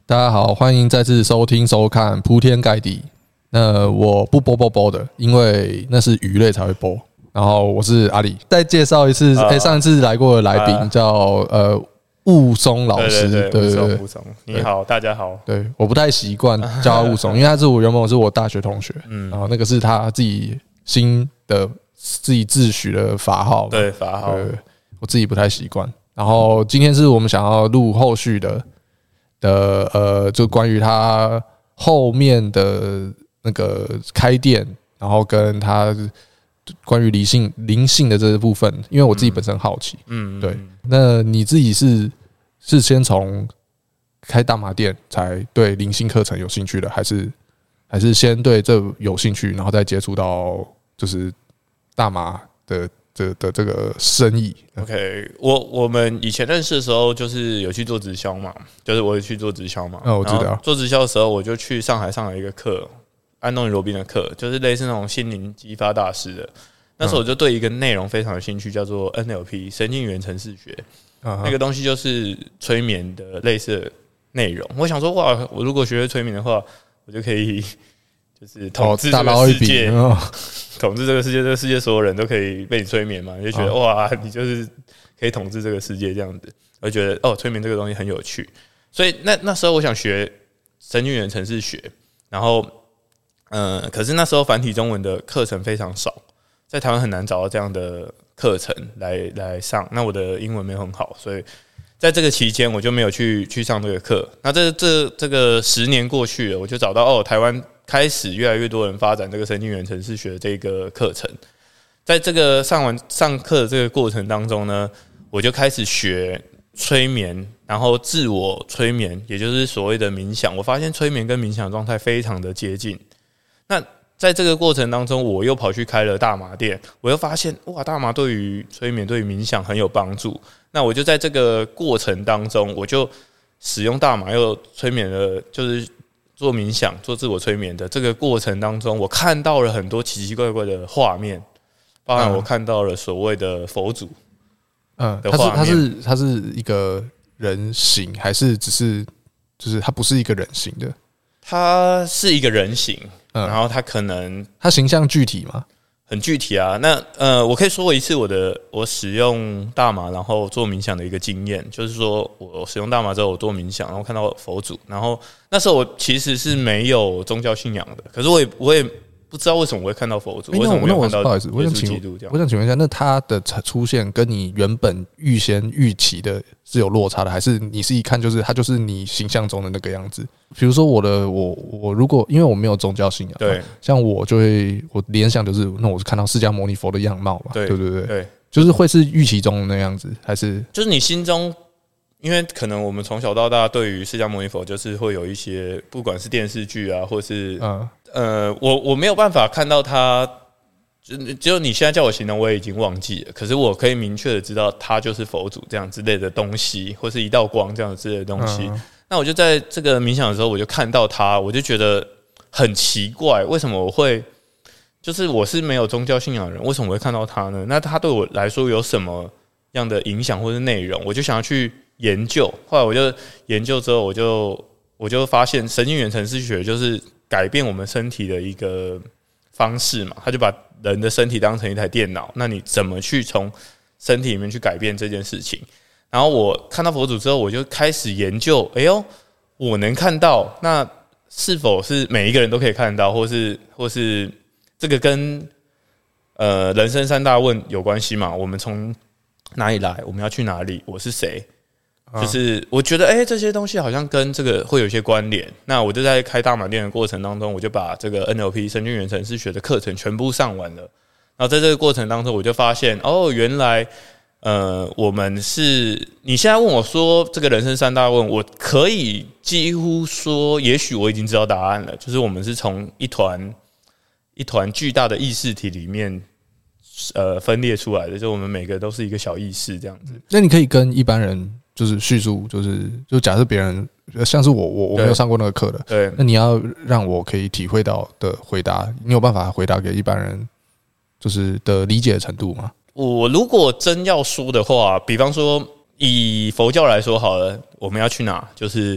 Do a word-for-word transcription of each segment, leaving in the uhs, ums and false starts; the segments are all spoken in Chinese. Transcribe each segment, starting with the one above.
大家好，欢迎再次收听收看铺天盖地。那我不播播播的，因为那是鱼类才会播。然后我是阿里，再介绍一次，哎、欸，上一次来过的来宾、啊、叫呃雾松老师， 对对对，雾松，你好，大家好。对， 我不太习惯叫他雾松，因为他是我原本是我大学同学，嗯，然后那个是他自己新的自己自诩的法号， 对法号， 我自己不太习惯。然后今天是我们想要录后续的。的呃，就关于他后面的那个开店，然后跟他关于灵性灵性的这个部分，因为我自己本身好奇，嗯，对。那你自己是是先从开大麻店才对灵性课程有兴趣的，还是还是先对这有兴趣，然后再接触到就是大麻的？的, 的这个生意 ，OK， 我我们以前认识的时候，就是有去做直销嘛，就是我有去做直销嘛。 哦，我知道。 做直销的时候，我就去上海上了一个课，安东尼罗宾的课，就是类似那种心灵激发大师的。那时候我就对一个内容非常有兴趣，叫做 N L P 神经元程式学。嗯、那个东西就是催眠的类似的内容。我想说，哇，我如果学会催眠的话，我就可以就是统治这个世界。哦统治这个世界，这个世界所有人都可以被你催眠嘛？你就觉得、哦、哇，你就是可以统治这个世界这样子。我就觉得哦，催眠这个东西很有趣，所以那那时候我想学神经元程式学，然后嗯、呃，可是那时候繁体中文的课程非常少，在台湾很难找到这样的课程来来上。那我的英文没有很好，所以在这个期间我就没有去去上这个课。那这这这个十年过去了，我就找到哦，台湾。开始越来越多人发展这个神经元程式学这个课程，在这个上完上课的这个过程当中呢，我就开始学催眠，然后自我催眠，也就是所谓的冥想。我发现催眠跟冥想状态非常的接近。那在这个过程当中，我又跑去开了大麻店，我又发现哇，大麻对于催眠、对于冥想很有帮助。那我就在这个过程当中，我就使用大麻又催眠了，就是。做冥想、做自我催眠的这个过程当中，我看到了很多奇奇怪怪的画面，包含我看到了所谓的佛祖， 嗯，他是他是他是一个人形，还是只是就是他不是一个人形的？ 他是一个人形，嗯、然后他可能他形象具体吗？ 很具体啊，那呃，我可以说一次我的我使用大麻然后做冥想的一个经验，就是说我使用大麻之后我做冥想，然后看到佛祖，然后那时候我其实是没有宗教信仰的，可是我也我也不知道为什么我会看到佛祖，欸、为什么没有看到耶稣基督这样？ 我想请问一下，那他的出现跟你原本预先预期的是有落差的，还是你是一看就是他就是你形象中的那个样子？比如说我的我我如果因为我没有宗教信仰， 对， 像我就会我联想就是那我是看到释迦牟尼佛的样貌嘛， 对对对对对， 就是会是预期中的那样子，还是就是你心中？因为可能我们从小到大对于释迦牟尼佛就是会有一些，不管是电视剧啊，或是嗯呃，我我没有办法看到他，只有你现在叫我形容，我也已经忘记了。可是我可以明确的知道，他就是佛祖这样之类的东西，或是一道光这样之类的东西。嗯、那我就在这个冥想的时候，我就看到他，我就觉得很奇怪，为什么我会？就是我是没有宗教信仰的人，为什么我会看到他呢？那他对我来说有什么样的影响或是内容？我就想要去研究。后来我就研究之后，我就我就发现神经元程式学就是改变我们身体的一个方式嘛。他就把人的身体当成一台电脑，那你怎么去从身体里面去改变这件事情？然后我看到佛祖之后，我就开始研究。哎呦，我能看到，那是否是每一个人都可以看到，或是或是这个跟呃人生三大问有关系嘛？我们从哪里来？我们要去哪里？我是谁？就是我觉得，哎、欸，这些东西好像跟这个会有一些关联。那我就在开大麻店的过程当中，我就把这个 N L P 神经元程式学的课程全部上完了。然后在这个过程当中，我就发现，哦，原来，呃，我们是你现在问我说这个人生三大问，我可以几乎说，也许我已经知道答案了。就是我们是从一团一团巨大的意识体里面。呃，分裂出来的，就我们每个都是一个小意识这样子。 那你可以跟一般人就是叙述，就是就假设别人像是我，我我没有上过那个课的， 对， 那你要让我可以体会到的回答，你有办法回答给一般人就是的理解的程度吗？ 我如果真要说的话，比方说以佛教来说好了，我们要去哪？就是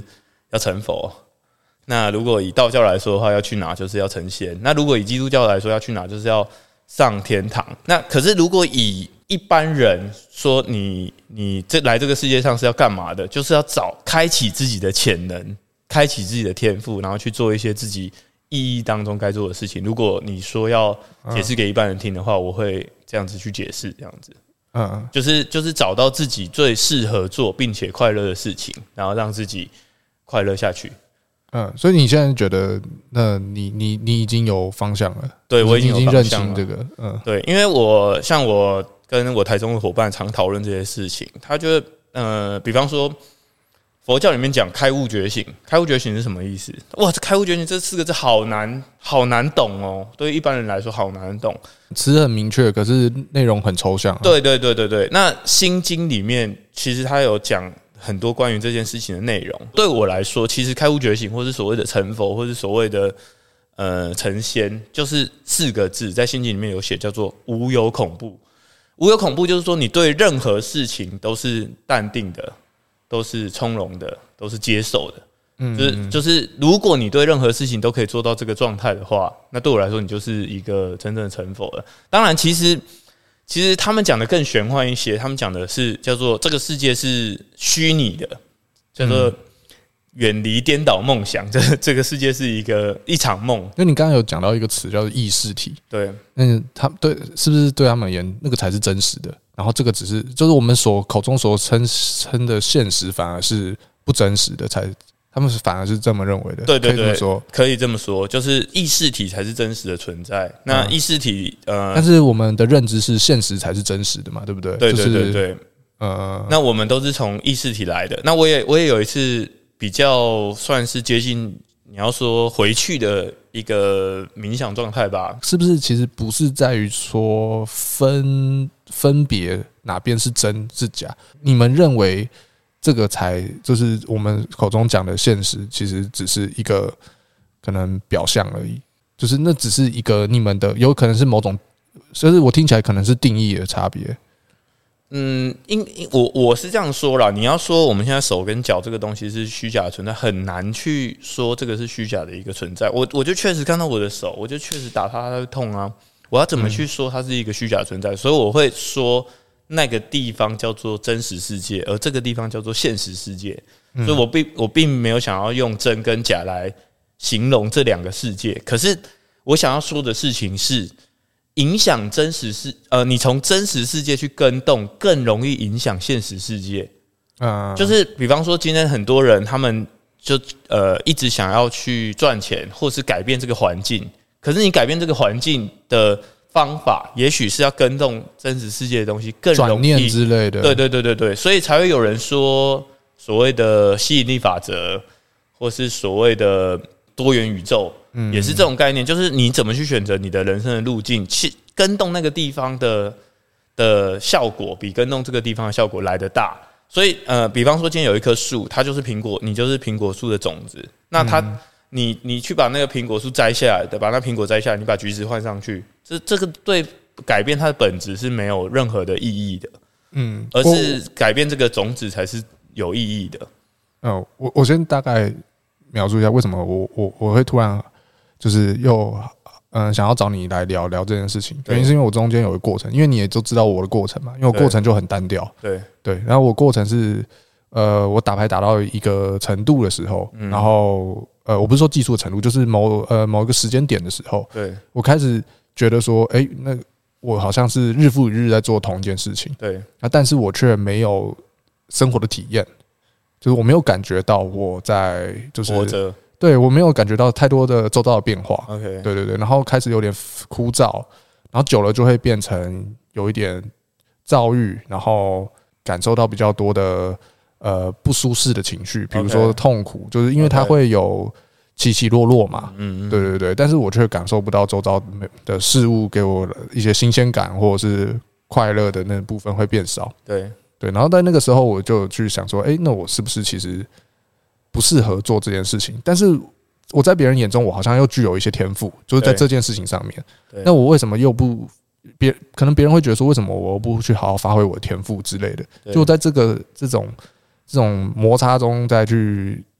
要成佛。那如果以道教来说的话，要去哪就是要成仙。那如果以基督教来说，要去哪就是要上天堂。那可是如果以一般人说你，你你这来这个世界上是要干嘛的？就是要找开启自己的潜能，开启自己的天赋，然后去做一些自己意义当中该做的事情。如果你说要解释给一般人听的话，我会这样子去解释，这样子，嗯，就是就是找到自己最适合做并且快乐的事情，然后让自己快乐下去。 嗯，所以你现在觉得，那你你你已经有方向了？ 对，我已经有认清这个，嗯， 对，因为我像我跟我台中的伙伴常讨论这些事情，他觉得，呃，比方说佛教里面讲开悟觉醒，开悟觉醒是什么意思？哇，这开悟觉醒这四个字好难，好难懂哦，对于一般人来说好难懂， 词很明确，可是内容很抽象、啊。 对对对对对，那心经里面其实他有讲很多关于这件事情的内容。对我来说，其实开悟觉醒，或是所谓的成佛，或是所谓的呃成仙，就是四个字，在心经里面有写，叫做无有恐怖。无有恐怖就是说，你对任何事情都是淡定的，都是从容的，都是接受的。嗯，就是就是，如果你对任何事情都可以做到这个状态的话，那对我来说，你就是一个真正的成佛了。当然，其实。其实他们讲的更玄幻一些，他们讲的是叫做这个世界是虚拟的，叫做远离颠倒梦想。这这个世界是一个一场梦。 因为你刚刚有讲到一个词叫做意识体， 对， 那他对是不是对他们而言那个才是真实的？然后这个只是就是我们所口中所称称的现实，反而是不真实的才。他们反而是这么认为的， 对对对， 可以这么说， 可以这么说，就是意识体才是真实的存在。那意识体，呃， 但是我们的认知是现实才是真实的嘛，对不对？ 对对对对，对呃， 那我们都是从意识体来的。那我也我也有一次比较算是接近你要说回去的一个冥想状态吧， 是不是？其实不是在于说分分别哪边是真是假，你们认为？这个才就是我们口中讲的现实，其实只是一个可能表象而已，就是那只是一个你们的，有可能是某种，就是我听起来可能是定义的差别。 嗯，因我我是这样说啦，你要说我们现在手跟脚这个东西是虚假的存在，很难去说这个是虚假的一个存在。我我就确实看到我的手，我就确实打它，它会痛啊。我要怎么去说它是一个虚假的存在？所以我会说。那个地方叫做真实世界，而这个地方叫做现实世界，所以我并我并没有想要用真跟假来形容这两个世界。可是我想要说的事情是，影响真实世呃，你从真实世界去更动，更容易影响现实世界。嗯，就是比方说，今天很多人他们就呃一直想要去赚钱，或是改变这个环境，可是你改变这个环境的。方法也许是要跟动真实世界的东西更容易转念之类的， 对对对对对，所以才会有人说所谓的吸引力法则，或是所谓的多元宇宙，嗯、也是这种概念，就是你怎么去选择你的人生的路径，去跟动那个地方的的效果，比跟动这个地方的效果来得大。所以呃，比方说今天有一棵树，它就是苹果，你就是苹果树的种子，那它。嗯你你去把那个苹果树摘下来的，把那苹果摘下来，你把橘子换上去，这这个对改变它的本质是没有任何的意义的，嗯，而是改变这个种子才是有意义的。 哦，我我先大概描述一下为什么我我我会突然就是又嗯、呃、想要找你来聊聊这件事情，原因是因为我中间有一个过程，因为你也都知道我的过程嘛，因为我过程就很单调， 对对，然后我过程是呃我打牌打到一个程度的时候，嗯、然后。呃，我不是说技术的程度，就是某呃某一个时间点的时候， 对我开始觉得说，哎、欸，那我好像是日复一日在做同一件事情， 对啊，但是我却没有生活的体验，就是我没有感觉到我在就是活着， 对我没有感觉到太多的周遭的变化 ，OK， 对对对，然后开始有点枯燥，然后久了就会变成有一点躁郁，然后感受到比较多的。呃，不舒适的情绪，比如说痛苦， okay, 就是因为它会有起起落落嘛，嗯嗯，对对对，但是我却感受不到周遭的事物给我一些新鲜感或者是快乐的那部分会变少， 对对，然后在那个时候我就去想说，哎、欸，那我是不是其实不适合做这件事情？但是我在别人眼中，我好像又具有一些天赋，就是在这件事情上面，那我为什么又不？别可能别人会觉得说，为什么我不去好好发挥我的天赋之类的？就在这个这种。这种摩擦中再去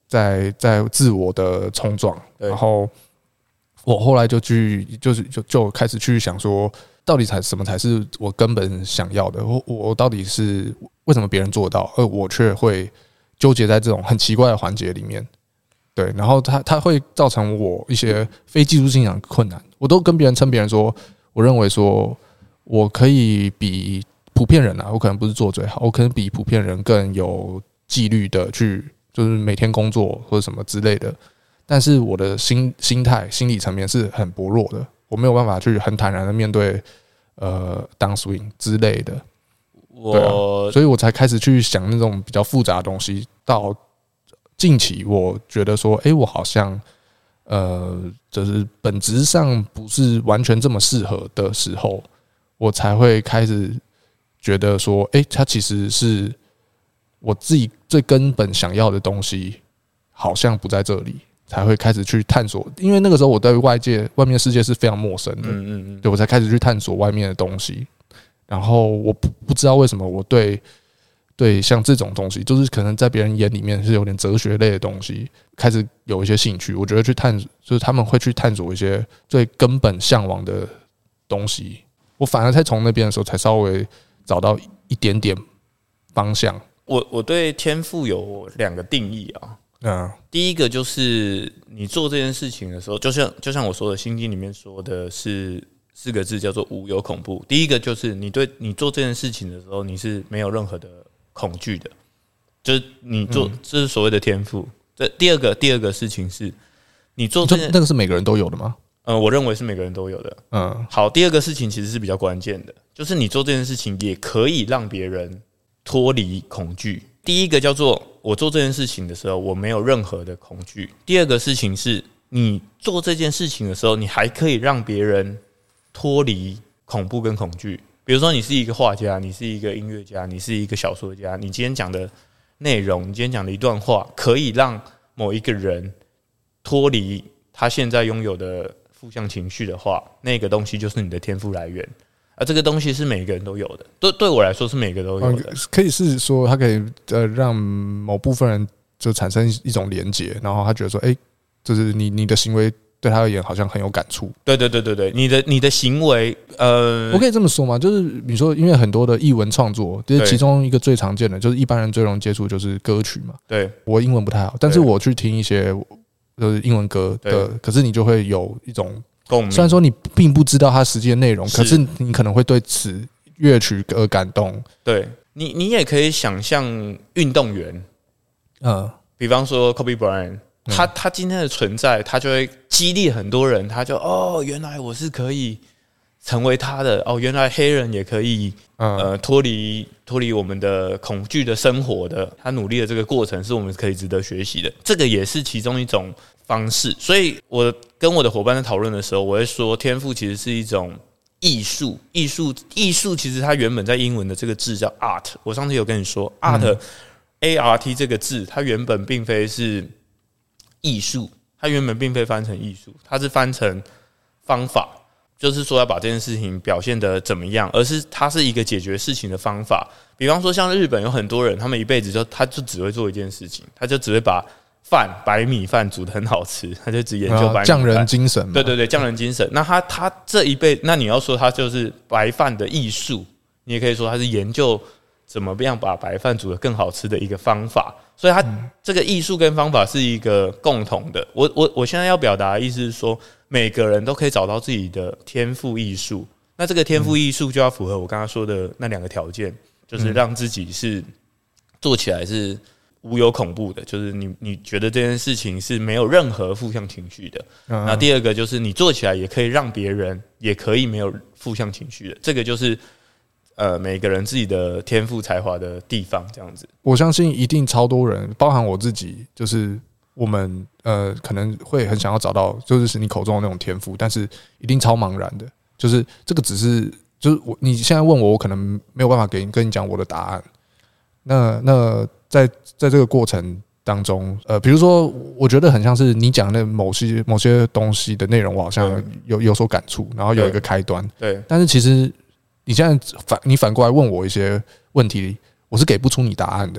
在在自我的冲撞，然后我后来就去就是就就开始去想说，到底才什么才是我根本想要的？我我到底是为什么别人做得到，而我却会纠结在这种很奇怪的环节里面？对，然后它它会造成我一些非技术性上的困难。我都跟别人称别人说，我认为说我可以比普遍人啊，我可能不是做最好，我可能比普遍人更有纪律的去。就是每天工作或者什么之类的，但是我的心心态、心理层面是很薄弱的，我没有办法去很坦然的面对呃 downswing 之类的。我、啊，所以我才开始去想那种比较复杂的东西。到近期，我觉得说，哎、欸，我好像呃，就是本质上不是完全这么适合的时候，我才会开始觉得说，哎、欸，它其实是。我自己最根本想要的东西好像不在这里，才会开始去探索。因为那个时候我对外界、外面的世界是非常陌生的，嗯嗯嗯，对我才开始去探索外面的东西。然后我不不知道为什么我对对像这种东西，就是可能在别人眼里面是有点哲学类的东西，开始有一些兴趣。我觉得去探，就是他们会去探索一些最根本向往的东西。我反而在从那边的时候，才稍微找到一点点方向。 我我对天赋有两个定义啊，嗯，第一个就是你做这件事情的时候，就像就像我说的，《心经》里面说的是四个字，叫做无有恐怖。第一个就是你对你做这件事情的时候，你是没有任何的恐惧的，就是你做，嗯、这是所谓的天赋。这第二个第二个事情是，你做这件那个是每个人都有的吗？ 嗯，我认为是每个人都有的。嗯，好，第二个事情其实是比较关键的，就是你做这件事情也可以让别人。脱离恐惧。第一个叫做我做这件事情的时候，我没有任何的恐惧。第二个事情是你做这件事情的时候，你还可以让别人脱离恐怖跟恐惧。比如说，你是一个画家，你是一个音乐家，你是一个小说家，你今天讲的内容，你今天讲的一段话，可以让某一个人脱离他现在拥有的负向情绪的话，那个东西就是你的天赋来源。啊，这个东西是每个人都有的，对对我来说是每个都有的。 可以是说，它可以呃让某部分人就产生一种连结，然后他觉得说，哎、欸，就是你你的行为对他而言好像很有感触。 对对对对对，你的你的行为，呃， 我可以这么说吗？就是你说，因为很多的艺文创作，就是其中一个最常见的，就是一般人最容易接触就是歌曲嘛。 对， 我英文不太好，但是我去听一些就是英文歌的，可是你就会有一种。虽然说你并不知道它实际的内容，可是你可能会对此乐曲而感动。 对你，你也可以想象运动员，嗯，比方说 Kobe Bryant， 他他今天的存在，他就会激励很多人，他就哦，原来我是可以成为他的，哦，原来黑人也可以，呃，脱离脱离我们的恐惧的生活的，他努力的这个过程是我们可以值得学习的，这个也是其中一种。方式，所以我跟我的伙伴在讨论的时候，我会说，天赋其实是一种艺术，艺术，艺术其实它原本在英文的这个字叫 art。我上次有跟你说 ，art，A R T 这个字，它原本并非是艺术，它原本并非翻成艺术，它是翻成方法，就是说要把这件事情表现得怎么样，而是它是一个解决事情的方法。比方说，像日本有很多人，他们一辈子就他就只会做一件事情，他就只会把饭白米饭煮得很好吃，他就只研究白米饭， 匠人精神嘛。 对对对，匠人精神。那他他这一辈，那你要说他就是白饭的艺术，你也可以说他是研究怎么样把白饭煮得更好吃的一个方法。所以他这个艺术跟方法是一个共同的。我我我现在要表达的意思是说，每个人都可以找到自己的天赋艺术。那这个天赋艺术就要符合我刚刚说的那两个条件，就是让自己是做起来是无有恐怖的，就是你你觉得这件事情是没有任何负向情绪的。嗯嗯，那第二个就是你做起来也可以让别人也可以没有负向情绪的，这个就是呃每个人自己的天赋才华的地方。这样子， 我相信一定超多人，包含我自己，就是我们呃可能会很想要找到，就是你口中的那种天赋，但是一定超茫然的。就是这个只是就是我你现在问我，我可能没有办法给你跟你讲我的答案。那那在在这个过程当中，呃，比如说，我觉得很像是你讲的某些某些东西的内容，我好像有有所感触，然后有一个开端。 对， 但是其实你现在反你反过来问我一些问题，我是给不出你答案的。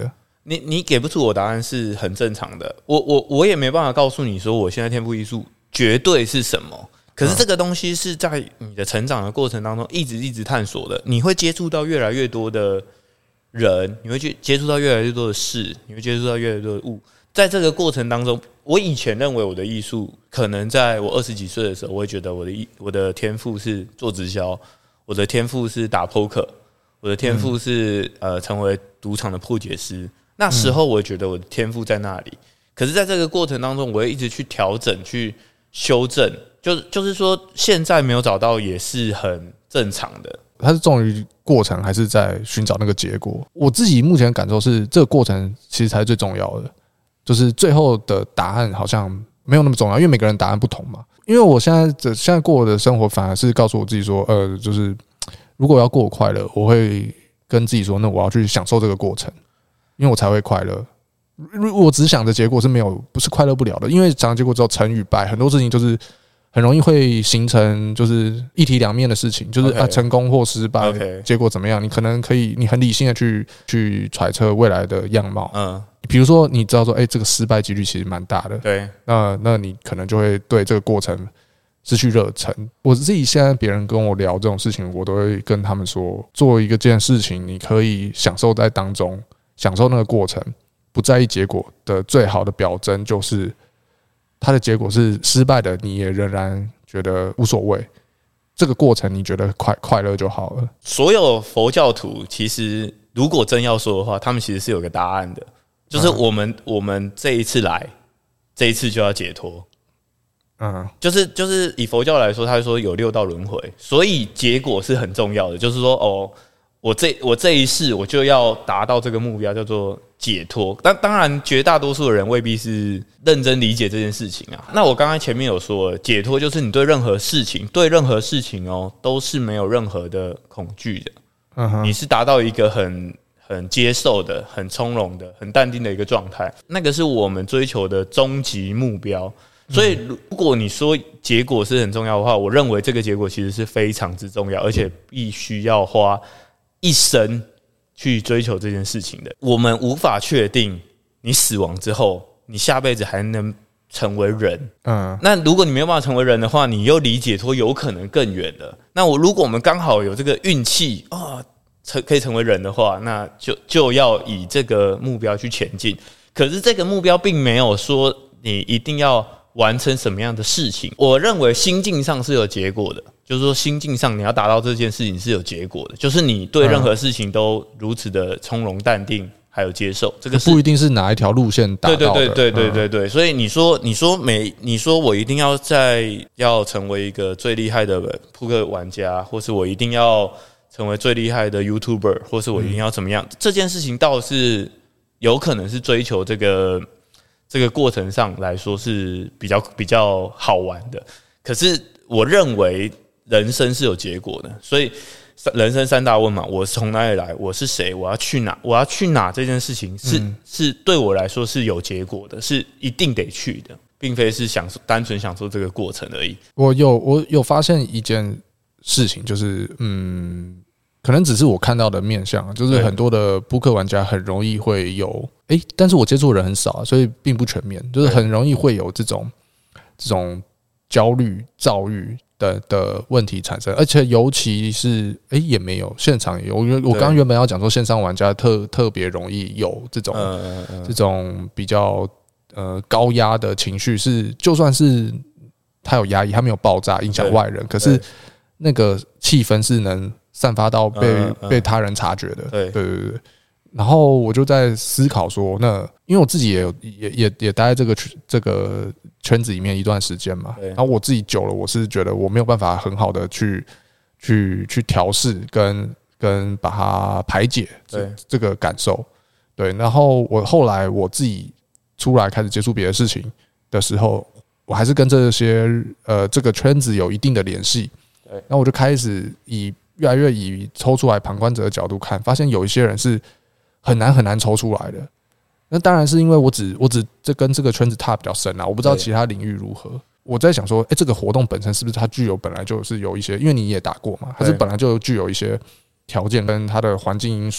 你你给不出我答案是很正常的。我我我也没办法告诉你说我现在天赋艺术绝对是什么。可是这个东西是在你的成长的过程当中一直一直探索的，你会接触到越来越多的人，你会去接触到越来越多的事，你会接触到越来越多的物。在这个过程当中，我以前认为我的艺术，可能在我二十几岁的时候，我会觉得我的我的天赋是做直销，我的天赋是打 poker， 我的天赋是、嗯、呃成为赌场的破解师。那时候我觉得我的天赋在那里，可是在这个过程当中，我会一直去调整、去修正。就就是说，现在没有找到也是很正常的。 它是重于过程，还是在寻找那个结果？我自己目前的感受是，这个过程其实才是最重要的。就是最后的答案好像没有那么重要，因为每个人答案不同嘛。因为我现在的现在过的生活，反而是告诉我自己说，呃，就是如果我要过得快乐，我会跟自己说，那我要去享受这个过程，因为我才会快乐。如果我只想着结果是没有，不是快乐不了的。因为想结果之后成与败，很多事情就是很容易会形成就是一体两面的事情，就是、okay. 啊成功或失败， okay. 结果怎么样？你可能可以，你很理性的去去揣测未来的样貌。 嗯， 比如说你知道说，哎、欸，这个失败几率其实蛮大的， 对， 那那你可能就会对这个过程失去热忱。我自己现在别人跟我聊这种事情，我都会跟他们说，做一个这件事情，你可以享受在当中，享受那个过程，不在意结果的最好的表征就是。它的结果是失败的，你也仍然觉得无所谓。这个过程你觉得快快乐就好了。 所有佛教徒其实，如果真要说的话，他们其实是有个答案的，就是我们、嗯、我们这一次来，这一次就要解脱。嗯，就是就是以佛教来说，他说有六道轮回，所以结果是很重要的。就是说，哦，我这我这一世我就要达到这个目标，叫做。解脱，但当然，绝大多数的人未必是认真理解这件事情啊。那我刚才前面有说了，解脱就是你对任何事情，对任何事情哦，都是没有任何的恐惧的。嗯，你是达到一个很很接受的、很从容的、很淡定的一个状态。那个是我们追求的终极目标。所以，如果你说结果是很重要的话，我认为这个结果其实是非常之重要，而且必须要花一生。去追求这件事情的，我们无法确定你死亡之后，你下辈子还能成为人。嗯，那如果你没有办法成为人的话，你又离解脱有可能更远了。那我如果我们刚好有这个运气啊，成可以成为人的话，那就就要以这个目标去前进。可是这个目标并没有说你一定要完成什么样的事情。我认为心境上是有结果的。就是说，心境上你要达到这件事情是有结果的，就是你对任何事情都如此的从容淡定，还有接受。这个不一定是哪一条路线达到的。 对对对对对对对。所以你说，你说每你说我一定要在要成为一个最厉害的扑克玩家，或是我一定要成为最厉害的 YouTuber， 或是我一定要怎么样？嗯、这件事情倒是有可能是追求这个这个过程上来说是比较比较好玩的。可是我认为。人生是有结果的，所以人生三大问嘛：我从哪里来？我是谁？我要去哪？我要去哪？这件事情是、嗯、是对我来说是有结果的，是一定得去的，并非是享受单纯享受这个过程而已。 我有我有发现一件事情，就是嗯，可能只是我看到的面向，就是很多的扑克玩家很容易会有哎、欸，但是我接触的人很少，所以并不全面，就是很容易会有这种这种焦虑、躁郁。的的问题产生，而且尤其是哎、欸、也没有现场有，我刚刚原本要讲说线上玩家特特别容易有这种、嗯嗯、这种比较呃高压的情绪，是就算是他有压抑，他没有爆炸影响外人，可是那个气氛是能散发到被、嗯嗯、被他人察觉的，对对对对。然后我就在思考说，那因为我自己也有也也也待在这个这个圈子里面一段时间嘛，然后我自己久了，我是觉得我没有办法很好的去去去调试跟跟把它排解这这个感受，对。然后我后来我自己出来开始接触别的事情的时候，我还是跟这些呃这个圈子有一定的联系，对。然后我就开始以越来越以抽出来旁观者的角度看，发现有一些人是。很难很难抽出来的，那当然是因为我只我只这跟这个圈子踏比较深啊，我不知道其他领域如何。我在想说，哎、欸，这个活动本身是不是它具有本来就是有一些，因为你也打过嘛，它是本来就具有一些条件跟它的环境因素，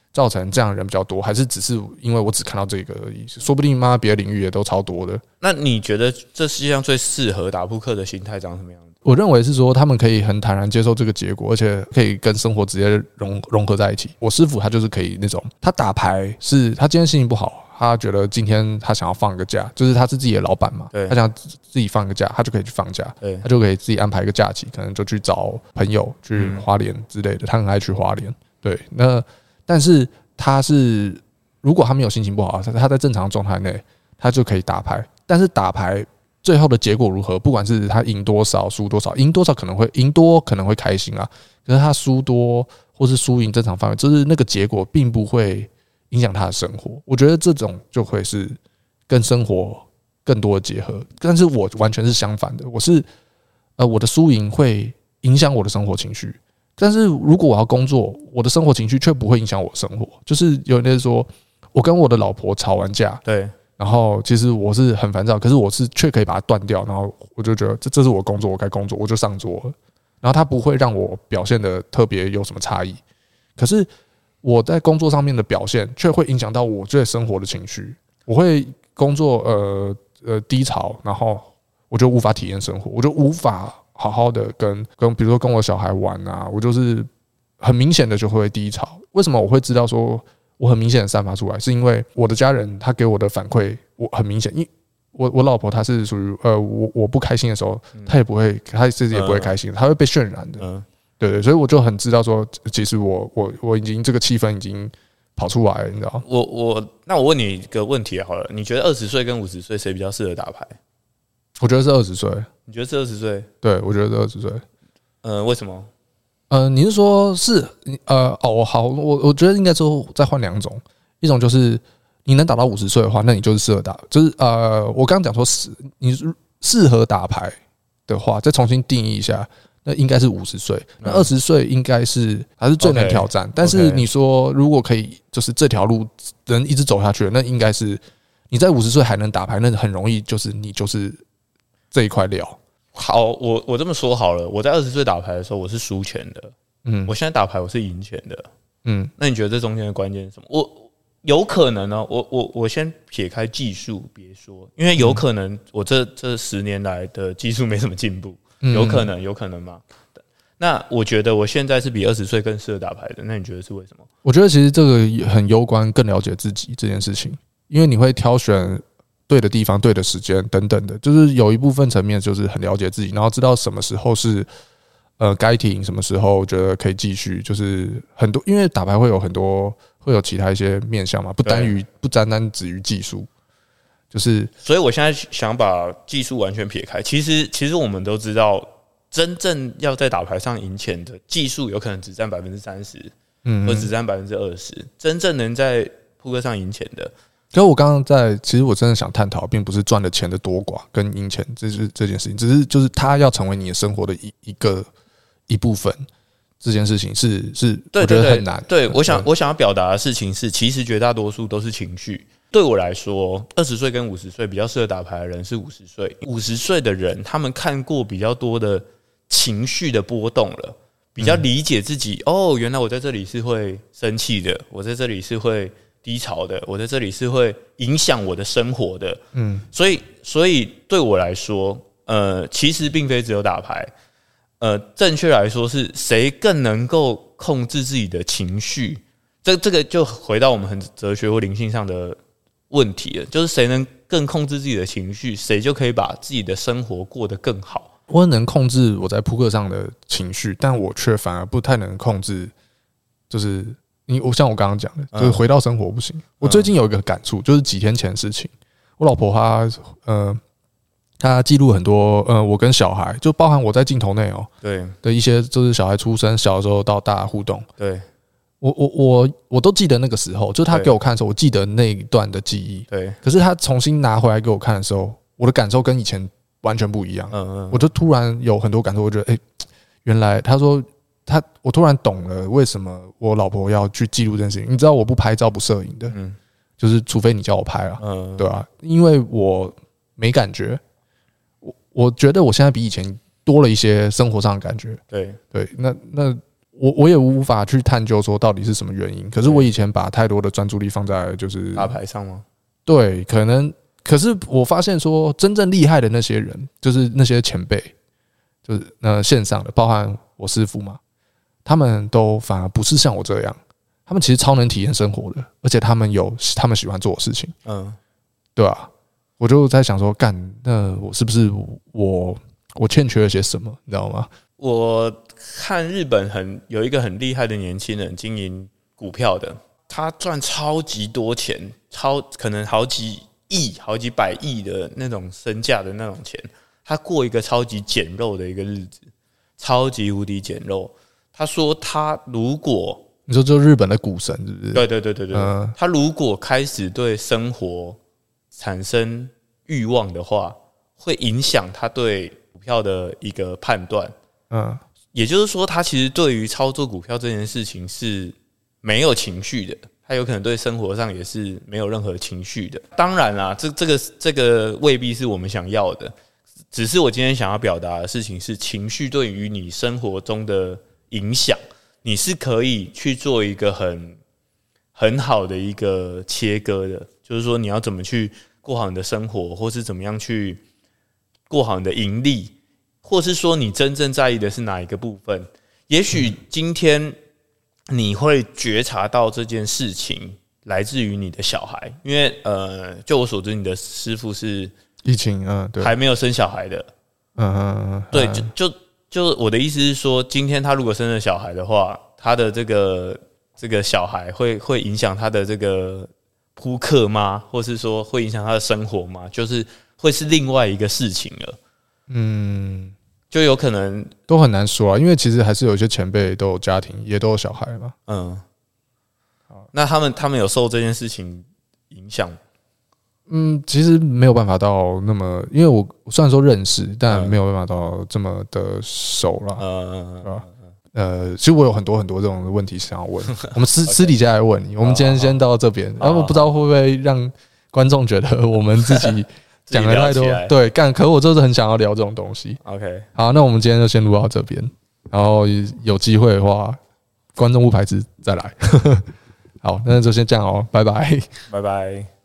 造成这样的人比较多，还是只是因为我只看到这个而已？说不定妈别的领域也都超多的。 那你觉得这世界上最适合打扑克的形态长什么样子？ 我认为是说他们可以很坦然接受这个结果，而且可以跟生活直接融融合在一起。我师傅他就是可以那种，他打牌是他今天心情不好，他觉得今天他想要放个假，就是他是自己的老板嘛，他想自己放个假，他就可以去放假，他就可以自己安排一个假期，可能就去找朋友去花莲之类的，他很爱去花莲。对，那但是他是如果他没有心情不好，他在正常状态内，他就可以打牌。但是打牌最后的结果如何，不管是他赢多少输多少，赢多少可能会赢多可能会开心啊，可是他输多或是输赢正常范围，就是那个结果并不会影响他的生活。我觉得这种就会是跟生活更多的结合。但是我完全是相反的，我是呃我的输赢会影响我的生活情绪。但是如果我要工作，我的生活情绪却不会影响我的生活。就是有人说，我跟我的老婆吵完架， 对， 然后其实我是很烦躁，可是我是却可以把它断掉，然后我就觉得这这是我工作，我该工作，我就上桌了。然后它不会让我表现的特别有什么差异。可是我在工作上面的表现，却会影响到我对生活的情绪。我会工作呃呃低潮，然后我就无法体验生活，我就无法好好的跟跟比如说跟我小孩玩啊，我就是很明显的就会低潮。为什么我会知道说我很明显的散发出来？是因为我的家人他给我的反馈，我很明显，因我我老婆她是属于呃我我不开心的时候，她也不会，她自己也不会开心，她会被渲染的。嗯，对对，所以我就很知道说，其实我我我已经这个气氛已经跑出来了，你知道？ 我我那我问你一个问题好了，你觉得二十岁跟五十岁谁比较适合打牌？ 我觉得是二十岁。 你觉得是二十岁？ 对，我觉得是二十岁。 呃，为什么？ 呃，你是说是呃哦好，我我觉得应该说再换两种，一种就是你能打到五十岁的话，那你就是适合打，就是呃我刚刚讲说适你适合打牌的话，再重新定义一下。那应该是五十岁，那二十岁应该是还是最能挑战。Okay, 但是你说如果可以，就是这条路能一直走下去，那应该是你在五十岁还能打牌，那很容易就是你就是这一块料。 好，我我这么说好了，我在二十岁打牌的时候我是输钱的，嗯，我现在打牌我是赢钱的，嗯，那你觉得这中间的关键是什么？我有可能呢，我我我先撇开技术别说，因为有可能我这这十年来的技术没什么进步。有可能，有可能吗？那我觉得我现在是比二十岁更适合打牌的。那你觉得是为什么？ 我觉得其实这个很攸关更了解自己这件事情，因为你会挑选对的地方、对的时间等等的，就是有一部分层面就是很了解自己，然后知道什么时候是呃该停，什么时候觉得可以继续。就是很多，因为打牌会有很多会有其他一些面向嘛，不单于不单单止于技术。就是， 所以我现在想把技术完全撇开。其实，其实我们都知道，真正要在打牌上赢钱的技术，有可能只占百分之三十，嗯，或只占百分之二十。真正能在扑克上赢钱的， 可是我刚刚在，其实我真的想探讨，并不是赚的钱的多寡跟赢钱这是这件事情，只是就是它要成为你的生活的一一个一部分。这件事情是是，我觉得很难。 对，我想我想要表达的事情是，其实绝大多数都是情绪。对我来说，二十岁跟五十岁比较适合打牌的人是五十岁。五十岁的人，他们看过比较多的情绪的波动了，比较理解自己。嗯、哦，原来我在这里是会生气的，我在这里是会低潮的，我在这里是会影响我的生活的。嗯，所以，所以对我来说，呃，其实并非只有打牌。呃，正确来说是谁更能够控制自己的情绪？这这个就回到我们很哲学或灵性上的问题了，就是谁能更控制自己的情绪，谁就可以把自己的生活过得更好。 我能控制我在扑克上的情绪，但我却反而不太能控制，就是你我像我刚刚讲的，就是回到生活不行。嗯、我最近有一个感触，就是几天前的事情，我老婆她呃。他记录很多，呃，我跟小孩，就包含我在镜头内哦， 对的一些，就是小孩出生小的时候到大互动， 对， 我我我我都记得那个时候，就是他给我看的时候，我记得那一段的记忆， 对。 可是他重新拿回来给我看的时候，我的感受跟以前完全不一样，嗯嗯，我就突然有很多感受，我觉得，哎、欸，原来他说他，我突然懂了为什么我老婆要去记录这件事情。你知道我不拍照不摄影的，嗯，就是除非你叫我拍啊，嗯，对吧、啊？因为我没感觉。我觉得我现在比以前多了一些生活上的感觉， 对对，那那我我也无法去探究说到底是什么原因。可是我以前把太多的专注力放在就是打牌上吗？ 对，可能。可是我发现说，真正厉害的那些人，就是那些前辈，就是呃线上的，包含我师傅嘛，他们都反而不是像我这样，他们其实超能体验生活的，而且他们有他们喜欢做的事情，嗯，对啊，我就在想说，干，那我是不是我我欠缺了些什么，你知道吗？ 我看日本很有一个很厉害的年轻人经营股票的，他赚超级多钱，超可能好几亿、好几百亿的那种身价的那种钱，他过一个超级简陋的一个日子，超级无敌简陋。他说，他如果你说就日本的股神是不是？ 对对对对对，嗯、他如果开始对生活产生欲望的话，会影响他对股票的一个判断。嗯，也就是说，他其实对于操作股票这件事情是没有情绪的，他有可能对生活上也是没有任何情绪的。当然啦，这这个这个未必是我们想要的，只是我今天想要表达的事情是，情绪对于你生活中的影响，你是可以去做一个很很好的一个切割的，就是说你要怎么去过好你的生活，或是怎么样去过好你的盈利。或是说你真正在意的是哪一个部分？也许今天你会觉察到这件事情来自于你的小孩，因为呃，就我所知，你的师傅是疫情，嗯，对， 还没有生小孩的，嗯嗯嗯，对，就就就我的意思是说，今天他如果生了小孩的话，他的这个这个小孩会会影响他的这个扑克吗？或是说会影响他的生活吗？就是会是另外一个事情了，嗯。就有可能都很难说啊，因为其实还是有一些前辈都有家庭，也都有小孩嘛。嗯， 好，那他们他们有受这件事情影响？ 嗯，其实没有办法到那么，因为我虽然说认识，但没有办法到这么的熟啦。嗯，是吧？呃，其实我有很多很多这种问题想要问，我们私私底下来问你。我们今天先到这边，然后不知道会不会让观众觉得我们自己。讲了太多，对，干，可我就是很想要聊这种东西。 OK， 好，那我们今天就先录到这边，然后有机会的话，观众不排斥再来。好，那就先这样哦，拜拜， 拜拜。